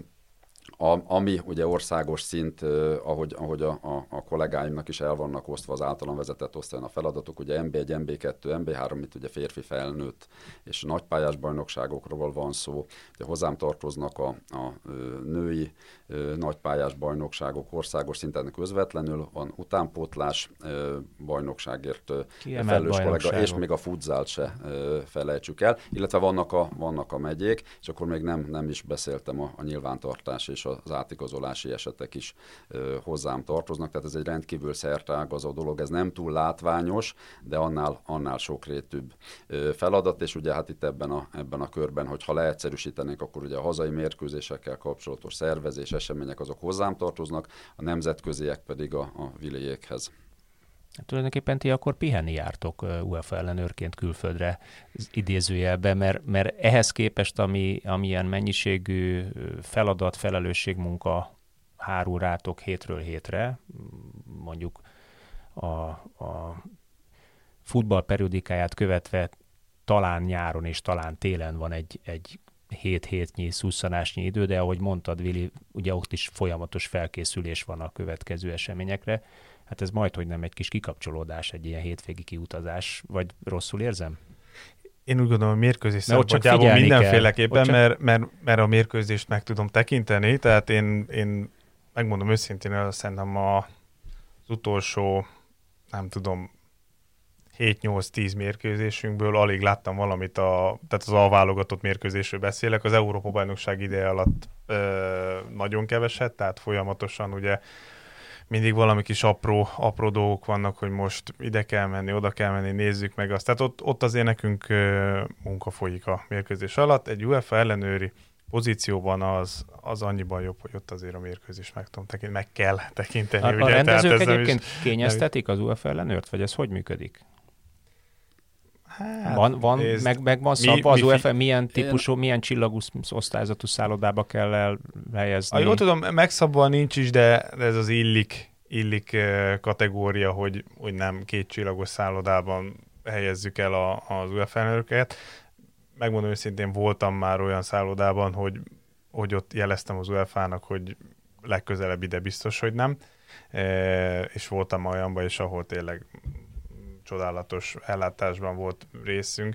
C: A, ami ugye országos szint, eh, ahogy, ahogy a, a, a kollégáimnak is el vannak osztva az általam vezetett osztályon a feladatok, ugye em bé egy, em bé kettő, em bé három, itt ugye férfi felnőtt és nagypályás bajnokságokról van szó. Ugye hozzám tartoznak a, a női eh, nagypályás bajnokságok országos szinten közvetlenül, van utánpótlás eh, bajnokságért eh, felelős kollega, és még a futzált se eh, felejtsük el, illetve vannak a, vannak a megyék, és akkor még nem, nem is beszéltem a, a nyilvántartás és az átigazolási esetek is ö, hozzám tartoznak, tehát ez egy rendkívül szerteágazó dolog, ez nem túl látványos, de annál, annál sokrétűbb ö, feladat, és ugye hát itt ebben a, ebben a körben, hogyha leegyszerűsítenénk, akkor ugye a hazai mérkőzésekkel kapcsolatos szervezés, események azok hozzám tartoznak, a nemzetköziek pedig a, a viléjékhez.
B: Tulajdonképpen ti akkor pihenni jártok UEFA ellenőrként külföldre idézőjelben, mert, mert ehhez képest, ami, amilyen mennyiségű feladat, felelősségmunka hárul rátok hétről hétre, mondjuk a, a futball periodikáját követve talán nyáron és talán télen van egy, egy hét hétnyi szusszanásnyi idő, de ahogy mondtad, Vili, ugye ott is folyamatos felkészülés van a következő eseményekre. Hát ez majdhogy nem egy kis kikapcsolódás, egy ilyen hétvégi kiutazás, vagy rosszul érzem?
A: Én úgy gondolom, hogy mérkőzés szempontjából mindenféleképpen,
B: csak...
A: mert, mert, mert a mérkőzést meg tudom tekinteni, tehát én, én megmondom őszintén, hogy szerintem a, az utolsó, nem tudom, hét-nyolc-tíz mérkőzésünkből alig láttam valamit, a, tehát az A-válogatott mérkőzésről beszélek, az Európa-bajnokság ideje alatt ö, nagyon keveset, tehát folyamatosan ugye mindig valami kis apró, apró dolgok vannak, hogy most ide kell menni, oda kell menni, nézzük meg azt. Tehát ott, ott azért nekünk ö, munka folyik a mérkőzés alatt. Egy UEFA ellenőri pozícióban az, az annyiban jobb, hogy ott azért a mérkőzést meg tudom tekinteni, meg kell tekinteni.
B: A,
A: ugye?
B: a rendezők
A: Tehát
B: egyébként
A: is,
B: kényeztetik az UEFA ellenőrt, vagy ez hogy működik?
A: Hát,
B: van, van,
A: nézd,
B: meg, meg van
A: mi,
B: szabva az
A: mi,
B: UEFA, milyen típusú,
C: én...
B: milyen csillagú osztályzatú szállodába kell elhelyezni?
A: Ha jól tudom, megszabva nincs is, de ez az illik, illik kategória, hogy, hogy nem két csillagos szállodában helyezzük el a, az UEFA ellenőröket. Megmondom őszintén, voltam már olyan szállodában, hogy, hogy ott jeleztem az UEFA-nak, hogy legközelebb ide biztos, hogy nem. E, és voltam olyanban is, ahol tényleg csodálatos ellátásban volt részünk.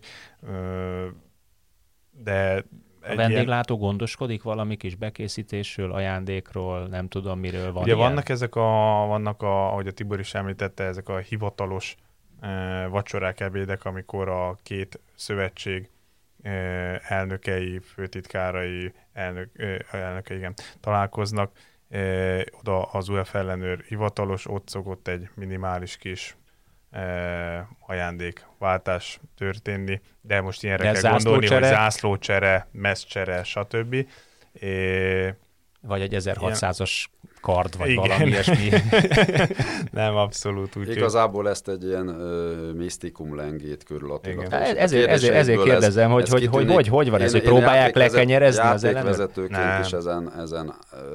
A: De
B: a vendéglátó ilyen... gondoskodik valami kis bekészítésről, ajándékról, nem tudom miről van.
A: Ugye
B: ilyen?
A: vannak ezek a, vannak a, ahogy a Tibor is említette, ezek a hivatalos eh, vacsorák, ebédek, amikor a két szövetség eh, elnökei, főtitkárai, elnök, eh, elnökei igen, találkoznak. Eh, oda az UEFA ellenőr hivatalos, ott szokott egy minimális kis eh, ajándékváltás történni, de most ilyenre
B: de
A: kell gondolni, hogy zászlócsere, messzcsere, stb. É,
B: vagy egy ezerhatszázas kard, vagy
A: igen.
B: valami ilyesmi.
A: Nem, abszolút úgy.
C: Igazából ezt egy ilyen uh, misztikum lengét körülatilag.
B: Ezért, ezért, ezért kérdezem, ez, hogy, ez hogy, hogy, hogy hogy van ez, hogy próbálják lekenyerezni az ellenőrt?
C: Játékvezetőként is ezen, ezen uh,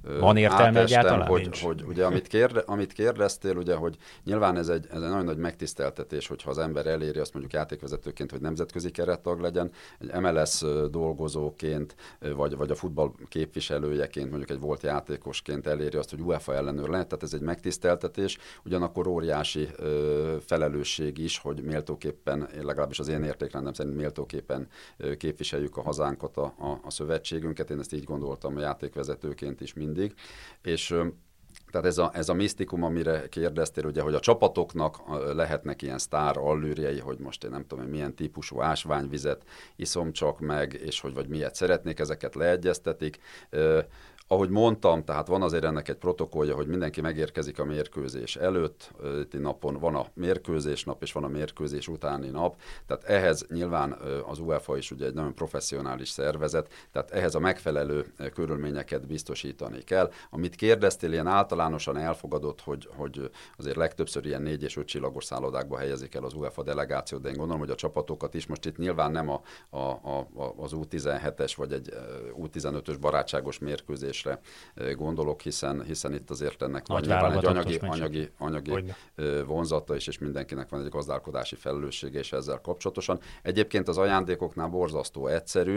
B: Van értelme egyáltalán?
C: hogy,
B: Nincs.
C: hogy ugye, amit, kérde, amit kérdeztél, ugye, hogy nyilván ez egy, ez egy nagyon nagy megtiszteltetés, hogyha az ember eléri azt mondjuk játékvezetőként, hogy nemzetközi kerettag legyen, egy em el es dolgozóként, vagy, vagy a futball képviselőjeként, mondjuk egy volt játékosként eléri azt, hogy UEFA ellenőr lehet, tehát ez egy megtiszteltetés, ugyanakkor óriási ö, felelősség is, hogy méltóképpen, legalábbis az én értékrendem szerint méltóképpen ö, képviseljük a hazánkat, a, a, a szövetségünket, én ezt így gondoltam a játékvezetőként is mindig, és ö, tehát ez a, ez a misztikum, amire kérdeztél, ugye, hogy a csapatoknak lehetnek ilyen sztár allűrjei, hogy most én nem tudom, milyen típusú ásványvizet iszom csak meg, és hogy vagy miért szeretnék, ezeket leegyeztetik. Eh, ahogy mondtam, tehát van azért ennek egy protokollja, hogy mindenki megérkezik a mérkőzés előtt, itt napon van a mérkőzés nap, és van a mérkőzés utáni nap, tehát ehhez nyilván az UEFA is ugye egy nagyon professzionális szervezet, tehát ehhez a megfelelő körülményeket biztosítani kell. Amit kérdeztél, ilyen általánosan elfogadott, hogy, hogy azért legtöbbször ilyen négy és öt csillagos szállodákba helyezik el az UEFA delegációt, de én gondolom, hogy a csapatokat is most itt nyilván nem a, a, a, az U tizenhetes vagy egy U tizenötös barátságos mérkőzés gondolok, hiszen, hiszen itt azért ennek van nyilván egy anyagi, anyagi, anyagi vonzata is, és mindenkinek van egy gazdálkodási felelőssége is ezzel kapcsolatosan. Egyébként az ajándékoknál borzasztó egyszerű,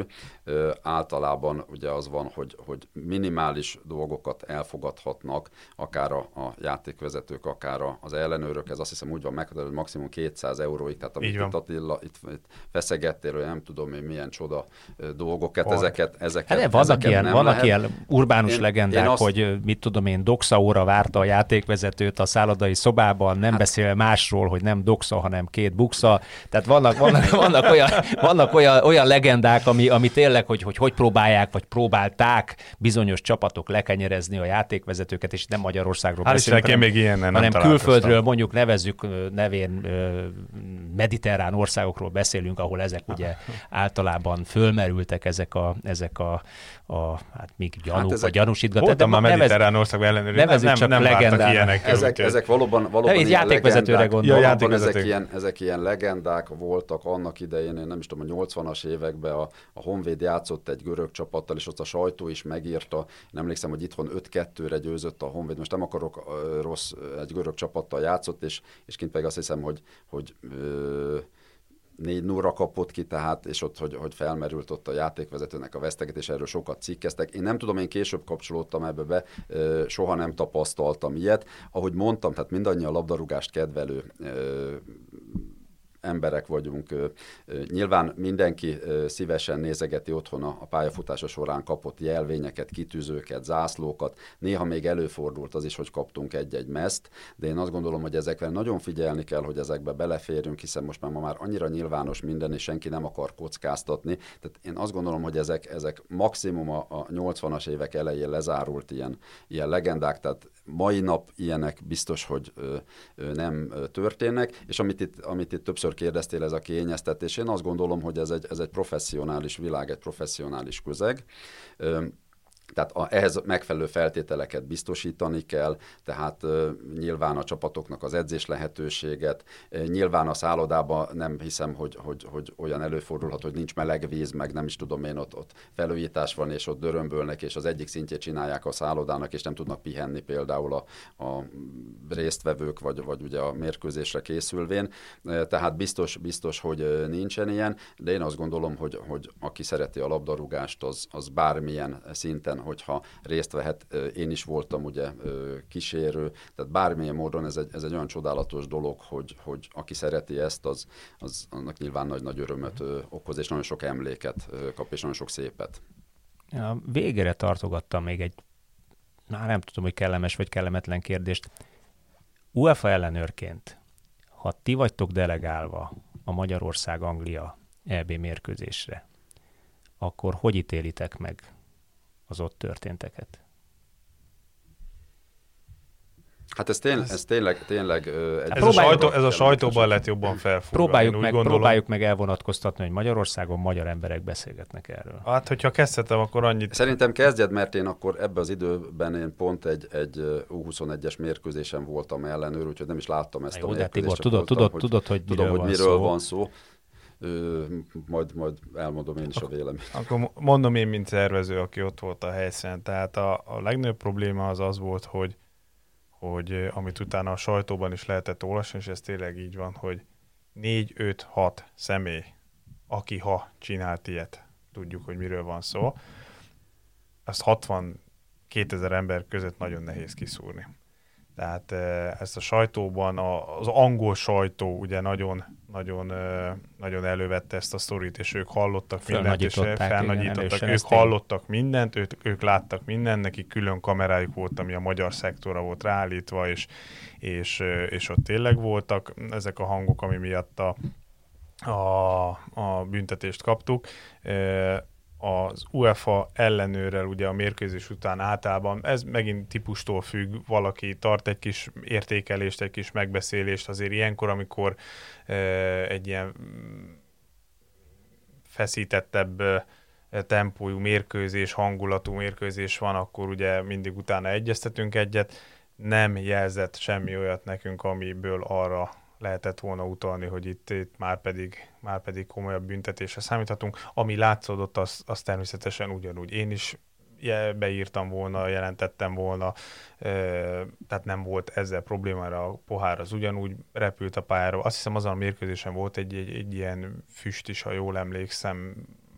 C: általában ugye az van, hogy, hogy minimális dolgokat elfogadhatnak, akár a, a játékvezetők, akár az ellenőrök, ez azt hiszem úgy van meghatározva, hogy maximum kétszáz euróig, tehát amit itt Attila itt, itt feszegettél, hogy nem tudom én milyen csoda dolgokat, ezeket, ezeket,
B: hát vannak
C: ezeket
B: ilyen,
C: nem
B: vannak
C: lehet.
B: ilyen urbánus én, legendák, én azt... hogy mit tudom én, doxa óra várta a játékvezetőt a szállodai szobában, nem hát... beszél másról, hogy nem doxa, hanem két buksa. Tehát vannak, vannak, vannak, olyan, vannak olyan, olyan legendák, ami, ami tényleg, hogy, hogy hogy próbálják, vagy próbálták bizonyos csapatok lekenyerezni a játékvezetőket, és nem Magyarországról beszélünk, hanem,
A: még ilyennel
B: hanem külföldről, mondjuk nevezzük nevén mediterrán országokról beszélünk, ahol ezek ugye általában fölmerültek ezek a, ezek a, a hát még gyanúk, hát vagy gyanúsítgatás.
A: Voltam már mediterrán országban ellenőrizni, nem, nem,
B: csak
A: nem vártak ilyenek.
C: Ezek, ezek valóban, valóban
B: ilyen játékvezetőre
C: legendák,
B: gondolom.
C: Ja, valóban ezek, ilyen, ezek ilyen legendák voltak annak idején, én nem is tudom, a nyolcvanas években a, a Honvéd játszott egy görög csapattal, és ott a sajtó is megírta. Én emlékszem, hogy itthon öt kettőre győzött a Honvéd. Most nem akarok uh, rossz, egy görög csapattal játszott, és, és kint pedig azt hiszem, hogy, hogy uh, négy nullra kapott ki, tehát, és ott, hogy, hogy felmerült ott a játékvezetőnek a vesztegetés, erről sokat cikkeztek. Én nem tudom, én később kapcsolódtam ebbe be, soha nem tapasztaltam ilyet. Ahogy mondtam, tehát mindannyian labdarúgást kedvelő emberek vagyunk. Nyilván mindenki szívesen nézegeti otthon a pályafutása során kapott jelvényeket, kitűzőket, zászlókat. Néha még előfordult az is, hogy kaptunk egy-egy mezt, de én azt gondolom, hogy ezekre nagyon figyelni kell, hogy ezekbe beleférjünk, hiszen most már ma már annyira nyilvános minden, és senki nem akar kockáztatni. Tehát én azt gondolom, hogy ezek, ezek maximum a, a nyolcvanas évek elején lezárult ilyen, ilyen legendák, tehát mai nap ilyenek biztos, hogy ö, ö, nem történnek, és amit itt, amit itt többször kérdeztél, ez a kényeztetés, én azt gondolom, hogy ez egy, ez egy professzionális világ, egy professzionális közeg. Ö, Tehát a, ehhez megfelelő feltételeket biztosítani kell, tehát uh, nyilván a csapatoknak az edzés lehetőséget, uh, nyilván a szállodában nem hiszem, hogy, hogy, hogy olyan előfordulhat, hogy nincs meleg víz, meg nem is tudom én, ott, ott felújítás van, és ott dörömbölnek, és az egyik szintjét csinálják a szállodának, és nem tudnak pihenni például a, a résztvevők, vagy, vagy ugye a mérkőzésre készülvén. Uh, tehát biztos, biztos, hogy uh, nincsen ilyen, de én azt gondolom, hogy, hogy aki szereti a labdarúgást, az, az bármilyen szinten, hogyha részt vehet, én is voltam ugye kísérő, tehát bármilyen módon ez egy, ez egy olyan csodálatos dolog, hogy, hogy aki szereti ezt, az, az annak nyilván nagy-nagy örömöt okoz, és nagyon sok emléket kap, és nagyon sok szépet.
B: A végére tartogattam még egy, na nem tudom, hogy kellemes vagy kellemetlen kérdést. UEFA ellenőrként, ha ti vagytok delegálva a Magyarország-Anglia é bé mérkőzésre, akkor hogy ítélitek meg az ott történteket?
C: Hát ez, tény, ez tényleg, tényleg egy...
A: Ez a, sajtó, ez a sajtóban lett jobban felfúrva.
B: Próbáljuk meg, próbáljuk meg elvonatkoztatni, hogy Magyarországon magyar emberek beszélgetnek erről.
A: Hát, hogyha kezdhetem, akkor annyit...
C: Szerintem kezdjed, mert én akkor ebben az időben én pont egy, egy U huszonegyes mérkőzésen voltam ellenőr, úgyhogy nem is láttam ezt
B: jó,
C: a mérkőzést.
B: Tibor, tudod,
C: voltam,
B: tudod,
C: hogy,
B: tudod, hogy
C: tudom,
B: miről,
C: hogy
B: van,
C: miről
B: szó.
C: van szó. Ö, majd, majd elmondom én is a véleményt.
A: Akkor mondom én, mint szervező, aki ott volt a helyszínen. Tehát a, a legnagyobb probléma az az volt, hogy, hogy amit utána a sajtóban is lehetett olvasni, és ez tényleg így van, hogy négy, öt, hat személy, aki ha csinált ilyet, tudjuk, hogy miről van szó, azt hatvankétezer ember között nagyon nehéz kiszúrni. Tehát ezt a sajtóban, az angol sajtó ugye nagyon, nagyon, nagyon elővette ezt a sztorit, és ők hallottak mindent, és felnagyítottak, ők hallottak mindent, ők, ők láttak mindent, nekik külön kamerájuk volt, ami a magyar szektorra volt ráállítva, és, és, és ott tényleg voltak ezek a hangok, ami miatt a, a, a büntetést kaptuk. Az UEFA ellenőrrel ugye a mérkőzés után általában, ez megint típustól függ, valaki tart egy kis értékelést, egy kis megbeszélést, azért ilyenkor, amikor e, egy ilyen feszítettebb e, tempójú mérkőzés, hangulatú mérkőzés van, akkor ugye mindig utána egyeztetünk egyet, nem jelzett semmi olyat nekünk, amiből arra lehetett volna utalni, hogy itt, itt már, pedig, már pedig komolyabb büntetésre számíthatunk. Ami látszódott, az, az természetesen ugyanúgy. Én is beírtam volna, jelentettem volna, tehát nem volt ezzel problémára, a pohár az ugyanúgy repült a pályára. Azt hiszem azon a mérkőzésen volt egy, egy, egy ilyen füst is, ha jól emlékszem,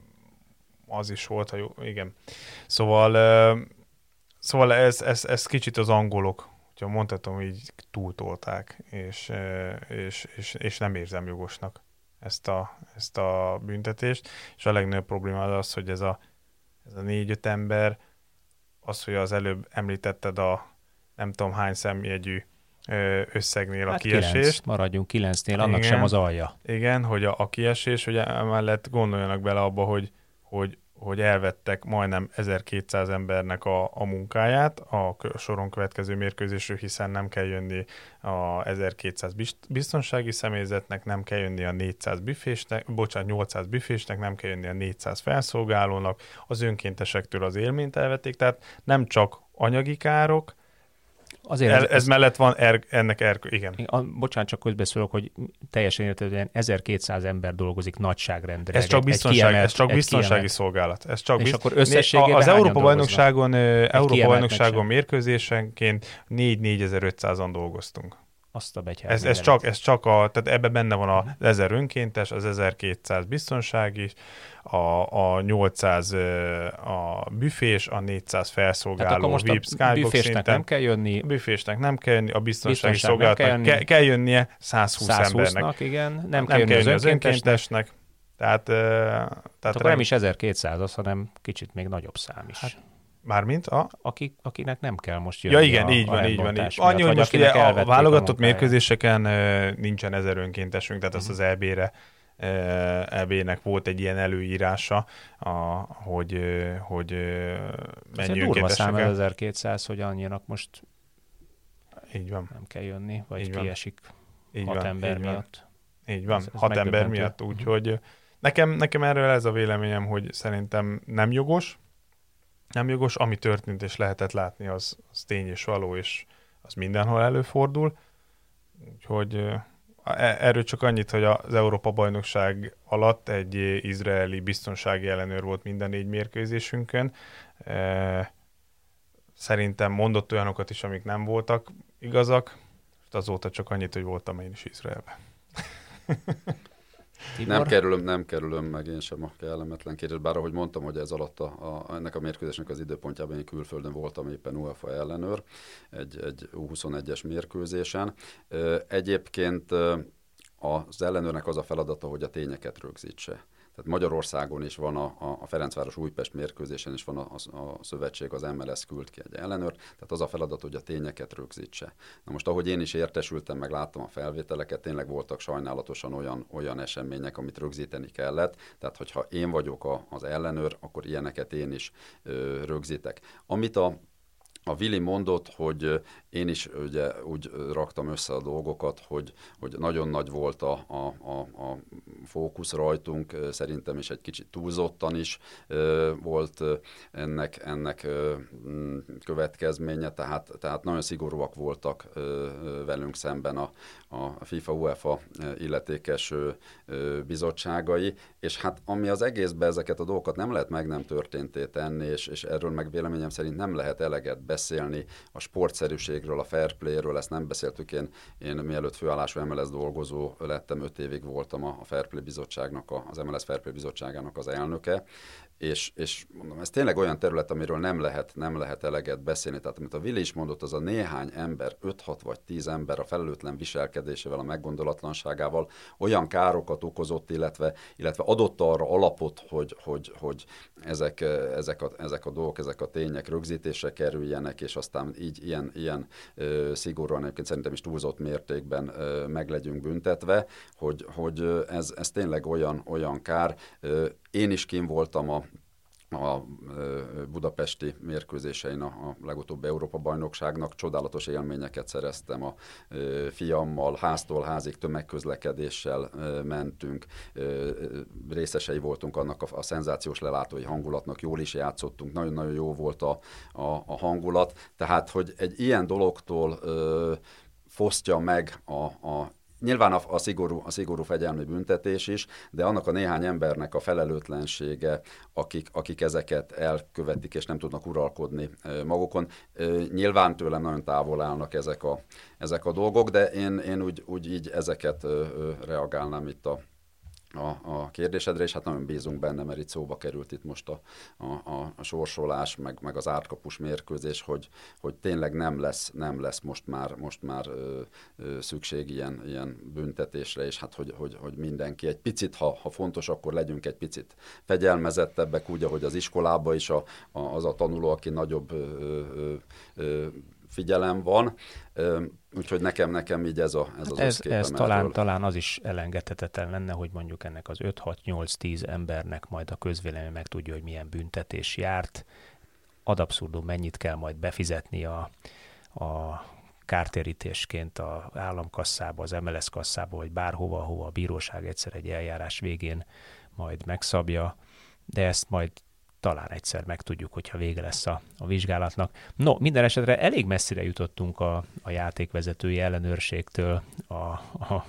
A: az is volt, ha jó, igen. Szóval, szóval ez, ez, ez kicsit az angolok, ha mondhatom, így túltolták, és, és, és, és nem érzem jogosnak ezt a, ezt a büntetést. És a legnagyobb probléma az az, hogy ez a, ez a négy-öt ember, az, hogy az előbb említetted a nem tudom hány szemjegyű összegnél hát a kiesést.
B: kilenc, maradjunk kilencnél, annak igen, sem az alja.
A: Igen, hogy a, a kiesés, hogy emellett gondoljanak bele abba, hogy, hogy hogy elvettek majdnem ezerkétszáz embernek a, a munkáját a soron következő mérkőzésről, hiszen nem kell jönni a ezerkétszáz biztonsági személyzetnek, nem kell jönni a négyszáz büfésnek, bocsánat, nyolcszáz büfésnek, nem kell jönni a négyszáz felszolgálónak, az önkéntesektől az élményt elvették, tehát nem csak anyagi károk, Azért ez, ez, ez mellett van er, ennek er, igen.
B: A, bocsánat, csak közbeszólok, hogy teljesen értetően ezerkétszáz ember dolgozik nagyságrendre.
A: Ez csak, biztonság, kiemelt, ez csak biztonsági kiemelt. szolgálat. Ez csak
B: és
A: bizt...
B: akkor összességében
A: az Európa-bajnokságon, Európa-bajnokságon
B: meccsen.
A: mérkőzésenként négy-négyezer-ötszázan dolgoztunk.
B: Azt a
A: ez, ez, csak, ez csak a, tehát ebben benne van az ezer önkéntes, az ezerkétszáz biztonsági, a, a nyolcszáz a büfés, a négyszáz felszolgáló
B: V I P Skybox szinten. Nem kell jönni.
A: A büfésnek nem kell jönni, a biztonsági szolgálatnak kell, kell jönnie száz húsz embernek.
B: Igen, nem,
A: nem
B: kell jönni az,
A: az önkéntesnek. Tehát, tehát
B: akkor rem... nem is ezerkétszáz az, hanem kicsit még nagyobb szám is. Hát,
A: mármint a...
B: Aki, akinek nem kell most jönni.
A: Ja igen,
B: a,
A: így van,
B: a
A: így van. Így.
B: Annyi,
A: hogy most ugye a válogatott mérkőzéseken nincsen ezer önkéntesünk, tehát uh-huh. azt az é bé-re é bé-nek volt egy ilyen előírása, a, hogy, hogy mennyi önkéntesek.
B: Szám az ezerkétszáz, hogy annyinak most
A: így van.
B: nem kell jönni, vagy így kiesik
A: így
B: hat
A: van,
B: ember
A: így
B: miatt.
A: Van. Így van, ez, ez hat ember miatt, úgyhogy nekem, nekem erről ez a véleményem, hogy szerintem nem jogos, nem jogos, ami történt és lehetett látni, az, az tény és való, és az mindenhol előfordul. Úgyhogy erről csak annyit, hogy az Európa-bajnokság alatt egy izraeli biztonsági ellenőr volt minden négy mérkőzésünkön. Szerintem mondott olyanokat is, amik nem voltak igazak, és azóta csak annyit, hogy voltam én is Izraelben.
C: Nem kerülöm, nem kerülöm meg én sem a kellemetlen kérdést, bár ahogy mondtam, hogy ez alatt a, a, ennek a mérkőzésnek az időpontjában én külföldön voltam éppen UEFA ellenőr, egy, egy U huszonegyes mérkőzésen. Egyébként az ellenőrnek az a feladata, hogy a tényeket rögzítse. Tehát Magyarországon is van a, a Ferencváros Újpest mérkőzésen is van a, a, a szövetség, az em el es küld ki egy ellenőr, tehát az a feladat, hogy a tényeket rögzítse. Na most, ahogy én is értesültem, meg láttam a felvételeket, tényleg voltak sajnálatosan olyan, olyan események, amit rögzíteni kellett, tehát hogyha én vagyok a, az ellenőr, akkor ilyeneket én is ö, rögzítek. Amit a A Vili mondott, hogy én is ugye úgy raktam össze a dolgokat, hogy, hogy nagyon nagy volt a, a, a, a fókusz rajtunk, szerintem is egy kicsit túlzottan is volt ennek, ennek következménye, tehát, tehát nagyon szigorúak voltak velünk szemben a, a FIFA UEFA illetékes bizottságai, és hát ami az egészben ezeket a dolgokat nem lehet meg nem történté tenni, és, és erről meg véleményem szerint nem lehet eleget beszélni, a sportszerűségről, a fair play-ről, ezt nem beszéltük, én, én mielőtt főállású em el es dolgozó lettem, öt évig voltam a, a Fair Play bizottságnak, a, az em el es Fair Play bizottságának az elnöke, és, és mondom, ez tényleg olyan terület, amiről nem lehet, nem lehet eleget beszélni. Tehát amit a Vili is mondott, az a néhány ember, öt-hat vagy tíz ember a felelőtlen viselkedésével, a meggondolatlanságával olyan károkat okozott, illetve, illetve adott arra alapot, hogy, hogy, hogy ezek, ezek, a, ezek a dolgok, ezek a tények rögzítésre kerüljenek, és aztán így ilyen, ilyen ö, szigorúan, egyébként szerintem is túlzott mértékben ö, meg legyünk büntetve, hogy, hogy ez, ez tényleg olyan, olyan kár. Ö, én is kín voltam a a budapesti mérkőzésein a legutóbbi Európa-bajnokságnak, csodálatos élményeket szereztem a fiammal, háztól házig tömegközlekedéssel mentünk, részesei voltunk annak a, a szenzációs lelátói hangulatnak, jól is játszottunk, nagyon-nagyon jó volt a, a, a hangulat, tehát hogy egy ilyen dologtól ö, fosztja meg a, a Nyilván a, a, szigorú, a szigorú fegyelmi büntetés is, de annak a néhány embernek a felelőtlensége, akik, akik ezeket elkövetik és nem tudnak uralkodni magukon. Nyilván tőlem nagyon távol állnak ezek a, ezek a dolgok, de én, én úgy, úgy így ezeket reagálnám itt a A, a kérdésedre, és hát nagyon bízunk benne, mert itt szóba került itt most a, a, a sorsolás, meg, meg az átkapus mérkőzés, hogy, hogy tényleg nem lesz, nem lesz most már, most már ö, ö, szükség ilyen, ilyen büntetésre, és hát hogy, hogy, hogy mindenki egy picit, ha, ha fontos, akkor legyünk egy picit fegyelmezettebbek, úgy, ahogy az iskolában is a, a, az a tanuló, aki nagyobb ö, ö, ö, figyelem van. Úgyhogy nekem, nekem így ez, a, ez az
B: ez,
C: összképem.
B: Ez talán, talán az is elengedhetetlen lenne, hogy mondjuk ennek az öt-hat-nyolc-tíz embernek majd a közvélemény meg tudja, hogy milyen büntetés járt. Ad abszurdum, mennyit kell majd befizetni a, a kártérítésként az államkasszába, az em el es kasszába, vagy bárhova, hova a bíróság egyszer egy eljárás végén majd megszabja, de ezt majd talán egyszer megtudjuk, hogyha vége lesz a, a vizsgálatnak. No, minden esetre elég messzire jutottunk a, a játékvezetői ellenőrségtől a, a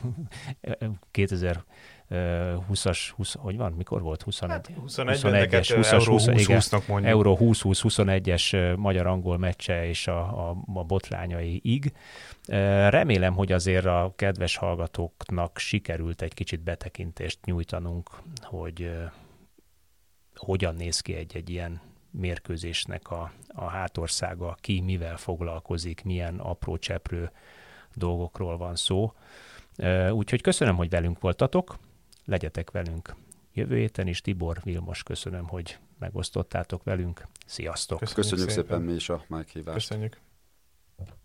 B: kétezer-húszas, húsz, hogy van? Mikor volt? huszonegy,
A: hát huszonegy,
B: huszonegyes,
A: Euró húsz-húsznak mondjuk.
B: Euró húsz-húsz-huszonegyes magyar-angol meccse és a, a, a botrányaiig. Remélem, hogy azért a kedves hallgatóknak sikerült egy kicsit betekintést nyújtanunk, hogy hogyan néz ki egy-egy ilyen mérkőzésnek a, a hátországa, ki mivel foglalkozik, milyen apró cseprő dolgokról van szó. Úgyhogy köszönöm, hogy velünk voltatok, legyetek velünk jövő héten is. Tibor, Vilmos, köszönöm, hogy megosztottátok velünk. Sziasztok!
C: Köszönjük, Köszönjük szépen. szépen mi is a meghívást.
A: Köszönjük!